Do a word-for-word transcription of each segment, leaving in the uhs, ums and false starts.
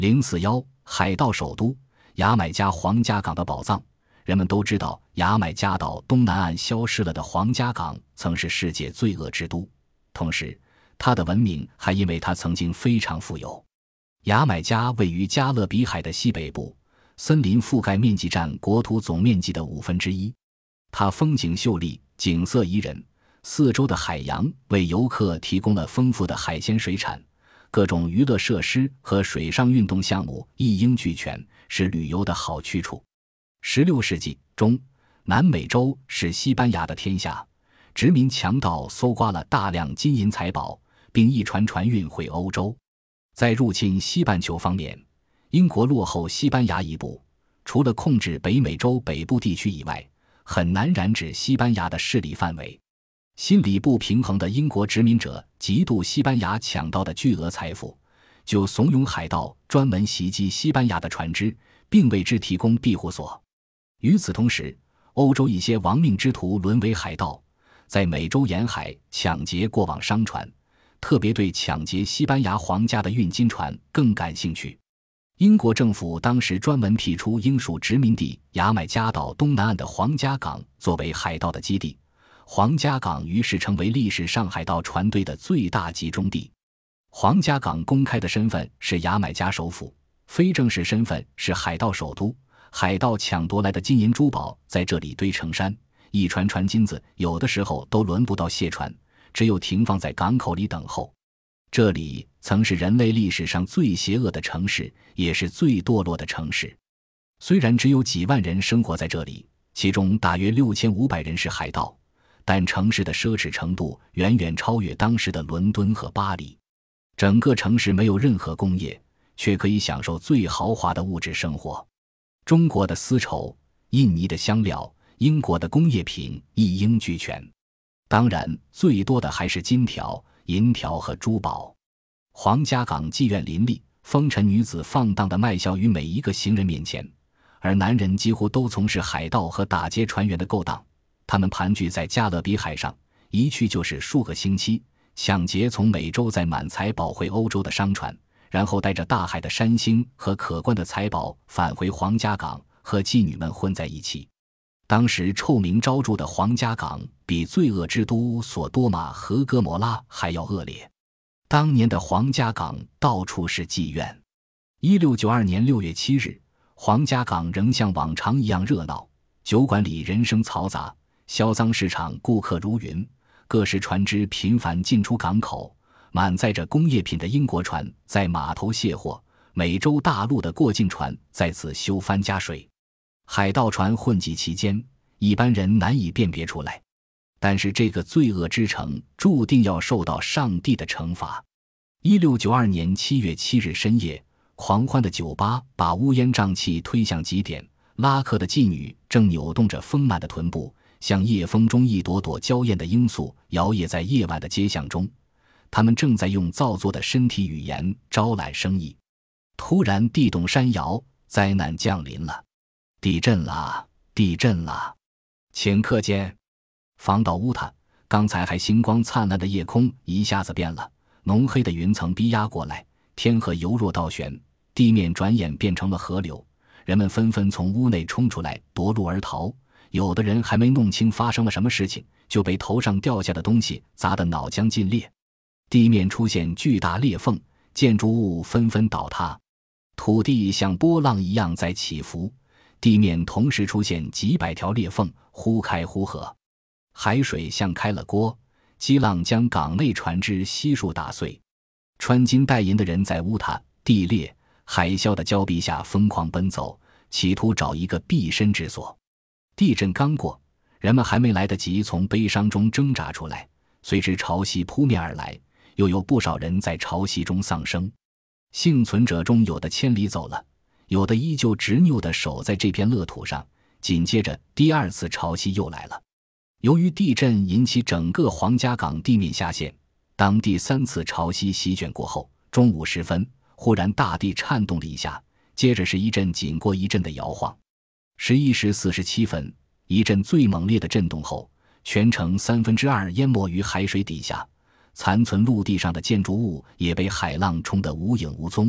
零四一海盗首都牙买加皇家港的宝藏。人们都知道牙买加岛东南岸消失了的皇家港曾是世界罪恶之都，同时它的闻名还因为它曾经非常富有。牙买加位于加勒比海的西北部，森林覆盖面积占国土总面积的五分之一。它风景秀丽，景色宜人，四周的海洋为游客提供了丰富的海鲜水产，各种娱乐设施和水上运动项目一应俱全，是旅游的好去处。十六世纪中，南美洲是西班牙的天下，殖民强盗搜刮了大量金银财宝，并一船船运回欧洲。在入侵西半球方面，英国落后西班牙一步，除了控制北美洲北部地区以外，很难染指西班牙的势力范围。心理不平衡的英国殖民者嫉妒西班牙抢到的巨额财富，就怂恿海盗专门袭击西班牙的船只，并为之提供庇护所。与此同时，欧洲一些亡命之徒沦为海盗，在美洲沿海抢劫过往商船，特别对抢劫西班牙皇家的运金船更感兴趣。英国政府当时专门辟出英属殖民地牙买加岛东南岸的皇家港作为海盗的基地，皇家港于是成为历史上海盗船队的最大集中地。皇家港公开的身份是牙买加首府，非正式身份是海盗首都。海盗抢夺来的金银珠宝在这里堆成山，一船船金子有的时候都轮不到卸船，只有停放在港口里等候。这里曾是人类历史上最邪恶的城市，也是最堕落的城市。虽然只有几万人生活在这里，其中大约六千五百人是海盗，但城市的奢侈程度远远超越当时的伦敦和巴黎。整个城市没有任何工业，却可以享受最豪华的物质生活。中国的丝绸，印尼的香料，英国的工业品一应俱全。当然，最多的还是金条、银条和珠宝。皇家港妓院林立，风尘女子放荡地卖笑于每一个行人面前，而男人几乎都从事海盗和打劫船员的勾当。他们盘踞在加勒比海上，一去就是数个星期，抢劫从美洲载满财宝回欧洲的商船，然后带着大海的山星和可观的财宝返回皇家港，和妓女们混在一起。当时臭名昭著的皇家港比罪恶之都索多玛和哥摩拉还要恶劣。当年的皇家港到处是妓院。一六九二年六月七日，皇家港仍像往常一样热闹，酒馆里人声嘈杂，销赃市场顾客如云，各式船只频繁进出港口，满载着工业品的英国船在码头卸货，美洲大陆的过境船在此修帆加水。海盗船混迹其间，一般人难以辨别出来。但是这个罪恶之城注定要受到上帝的惩罚。一六九二年七月七日深夜，狂欢的酒吧把乌烟瘴气推向极点，拉客的妓女正扭动着丰满的臀部，像夜风中一朵朵娇艳的罂粟，摇曳在夜晚的街巷中。他们正在用造作的身体语言招揽生意。突然地动山摇，灾难降临了。地震了，地震了！顷刻间，防岛乌塔，刚才还星光灿烂的夜空一下子变了，浓黑的云层逼压过来，天河由弱到悬，地面转眼变成了河流。人们纷纷从屋内冲出来夺路而逃，有的人还没弄清发生了什么事情，就被头上掉下的东西砸得脑浆尽裂。地面出现巨大裂缝，建筑物纷纷倒塌，土地像波浪一样在起伏，地面同时出现几百条裂缝，忽开忽合。海水像开了锅，激浪将港内船只悉数打碎。穿金戴银的人在乌塔、地裂、海啸的峭壁下疯狂奔走，企图找一个避身之所。地震刚过，人们还没来得及从悲伤中挣扎出来，随之潮汐扑面而来，又有不少人在潮汐中丧生。幸存者中有的千里走了，有的依旧执拗地守在这片乐土上。紧接着第二次潮汐又来了。由于地震引起整个皇家港地面下陷，当第三次潮汐席卷过后，中午时分，忽然大地颤动了一下，接着是一阵紧过一阵的摇晃。十一时四十七分，一阵最猛烈的震动后，全城三分之二淹没于海水底下，残存陆地上的建筑物也被海浪冲得无影无踪，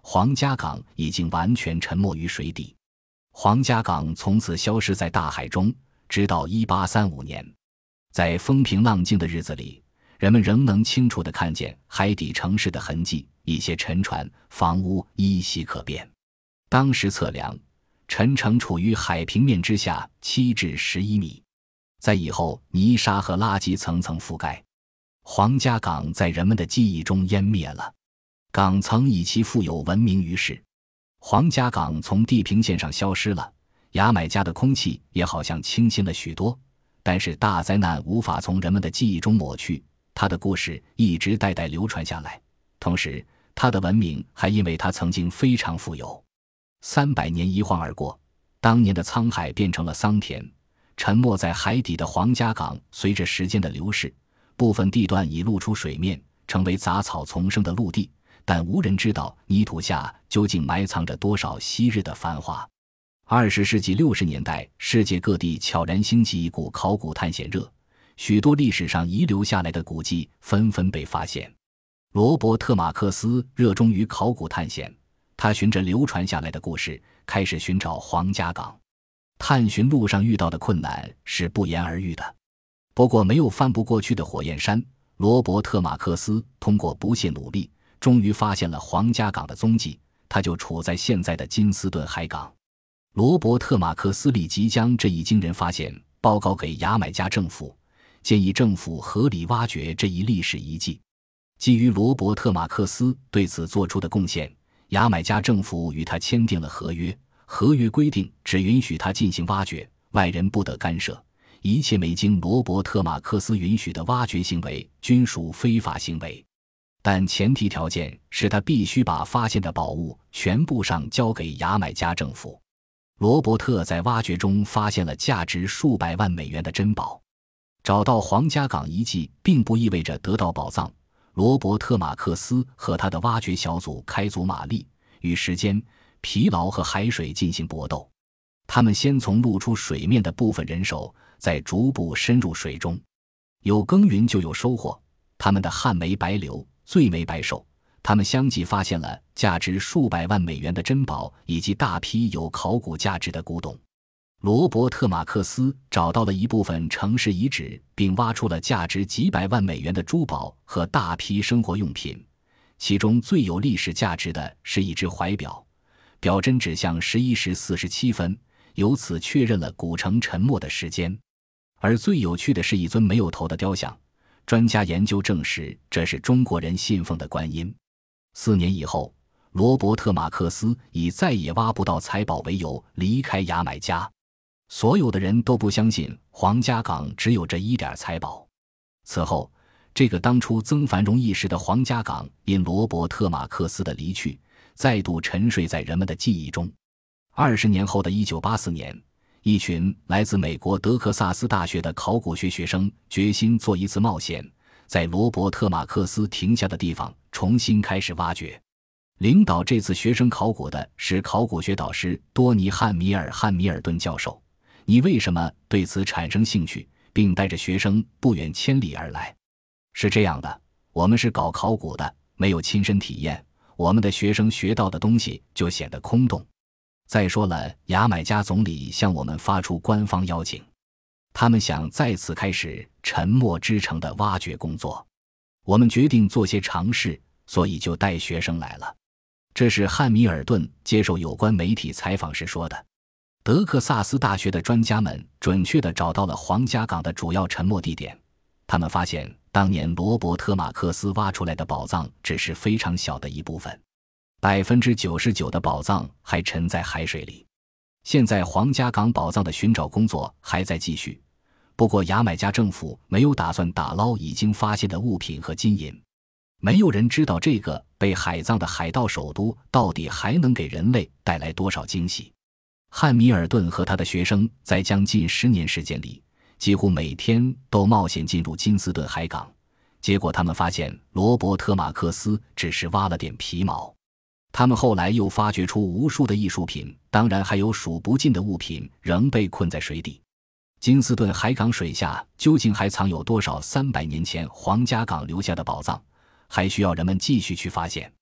皇家港已经完全沉没于水底。皇家港从此消失在大海中，直到一八三五年。在风平浪静的日子里，人们仍能清楚地看见海底城市的痕迹，一些沉船、房屋依稀可辨。当时测量，沉城处于海平面之下七至十一米。在以后，泥沙和垃圾层层覆盖，皇家港在人们的记忆中湮灭了。港曾以其富有闻名于世。皇家港从地平线上消失了，牙买加的空气也好像清新了许多。但是大灾难无法从人们的记忆中抹去，它的故事一直代代流传下来。同时，它的文明还因为它曾经非常富有。三百年一晃而过，当年的沧海变成了桑田，沉没在海底的皇家港随着时间的流逝，部分地段已露出水面，成为杂草丛生的陆地，但无人知道泥土下究竟埋藏着多少昔日的繁华。二十世纪六十年代，世界各地悄然兴起一股考古探险热，许多历史上遗留下来的古迹纷纷被发现。罗伯特·马克思热衷于考古探险，他循着流传下来的故事开始寻找皇家港。探寻路上遇到的困难是不言而喻的，不过没有翻不过去的火焰山。罗伯特·马克思通过不懈努力，终于发现了皇家港的踪迹，它就处在现在的金斯顿海港。罗伯特·马克思立即将这一惊人发现报告给牙买加政府，建议政府合理挖掘这一历史遗迹。基于罗伯特·马克思对此做出的贡献，牙买加政府与他签订了合约，合约规定只允许他进行挖掘，外人不得干涉，一切没经罗伯特·马克思允许的挖掘行为均属非法行为。但前提条件是他必须把发现的宝物全部上交给牙买加政府。罗伯特在挖掘中发现了价值数百万美元的珍宝。找到皇家港遗迹并不意味着得到宝藏，罗伯特·马克思和他的挖掘小组开足马力，与时间、疲劳和海水进行搏斗。他们先从露出水面的部分人手，再逐步深入水中。有耕耘就有收获，他们的汗没白流，罪没白受。他们相继发现了价值数百万美元的珍宝以及大批有考古价值的古董。罗伯特·马克思找到了一部分城市遗址，并挖出了价值几百万美元的珠宝和大批生活用品。其中最有历史价值的是一只怀表，表针指向十一时四十七分，由此确认了古城沉没的时间。而最有趣的是一尊没有头的雕像，专家研究证实这是中国人信奉的观音。四年以后，罗伯特·马克思以再也挖不到财宝为由离开牙买加。所有的人都不相信皇家港只有这一点财宝。此后，这个当初曾繁荣一时的皇家港因罗伯特·马克思的离去，再度沉睡在人们的记忆中。二十年后的一九八四年，一群来自美国德克萨斯大学的考古学学生决心做一次冒险，在罗伯特·马克思停下的地方重新开始挖掘。领导这次学生考古的是考古学导师多尼·汉米尔·汉米尔顿教授。你为什么对此产生兴趣，并带着学生不远千里而来？是这样的，我们是搞考古的，没有亲身体验，我们的学生学到的东西就显得空洞。再说了，牙买加总理向我们发出官方邀请，他们想再次开始沉没之城的挖掘工作。我们决定做些尝试，所以就带学生来了。这是汉米尔顿接受有关媒体采访时说的。德克萨斯大学的专家们准确地找到了皇家港的主要沉没地点，他们发现当年罗伯特·马克思挖出来的宝藏只是非常小的一部分， 百分之九十九 的宝藏还沉在海水里。现在皇家港宝藏的寻找工作还在继续，不过牙买加政府没有打算打捞已经发现的物品和金银。没有人知道这个被海葬的海盗首都到底还能给人类带来多少惊喜。汉米尔顿和他的学生在将近十年时间里，几乎每天都冒险进入金斯顿海港，结果他们发现罗伯特·马克思只是挖了点皮毛。他们后来又发掘出无数的艺术品，当然还有数不尽的物品仍被困在水底。金斯顿海港水下究竟还藏有多少三百年前皇家港留下的宝藏，还需要人们继续去发现。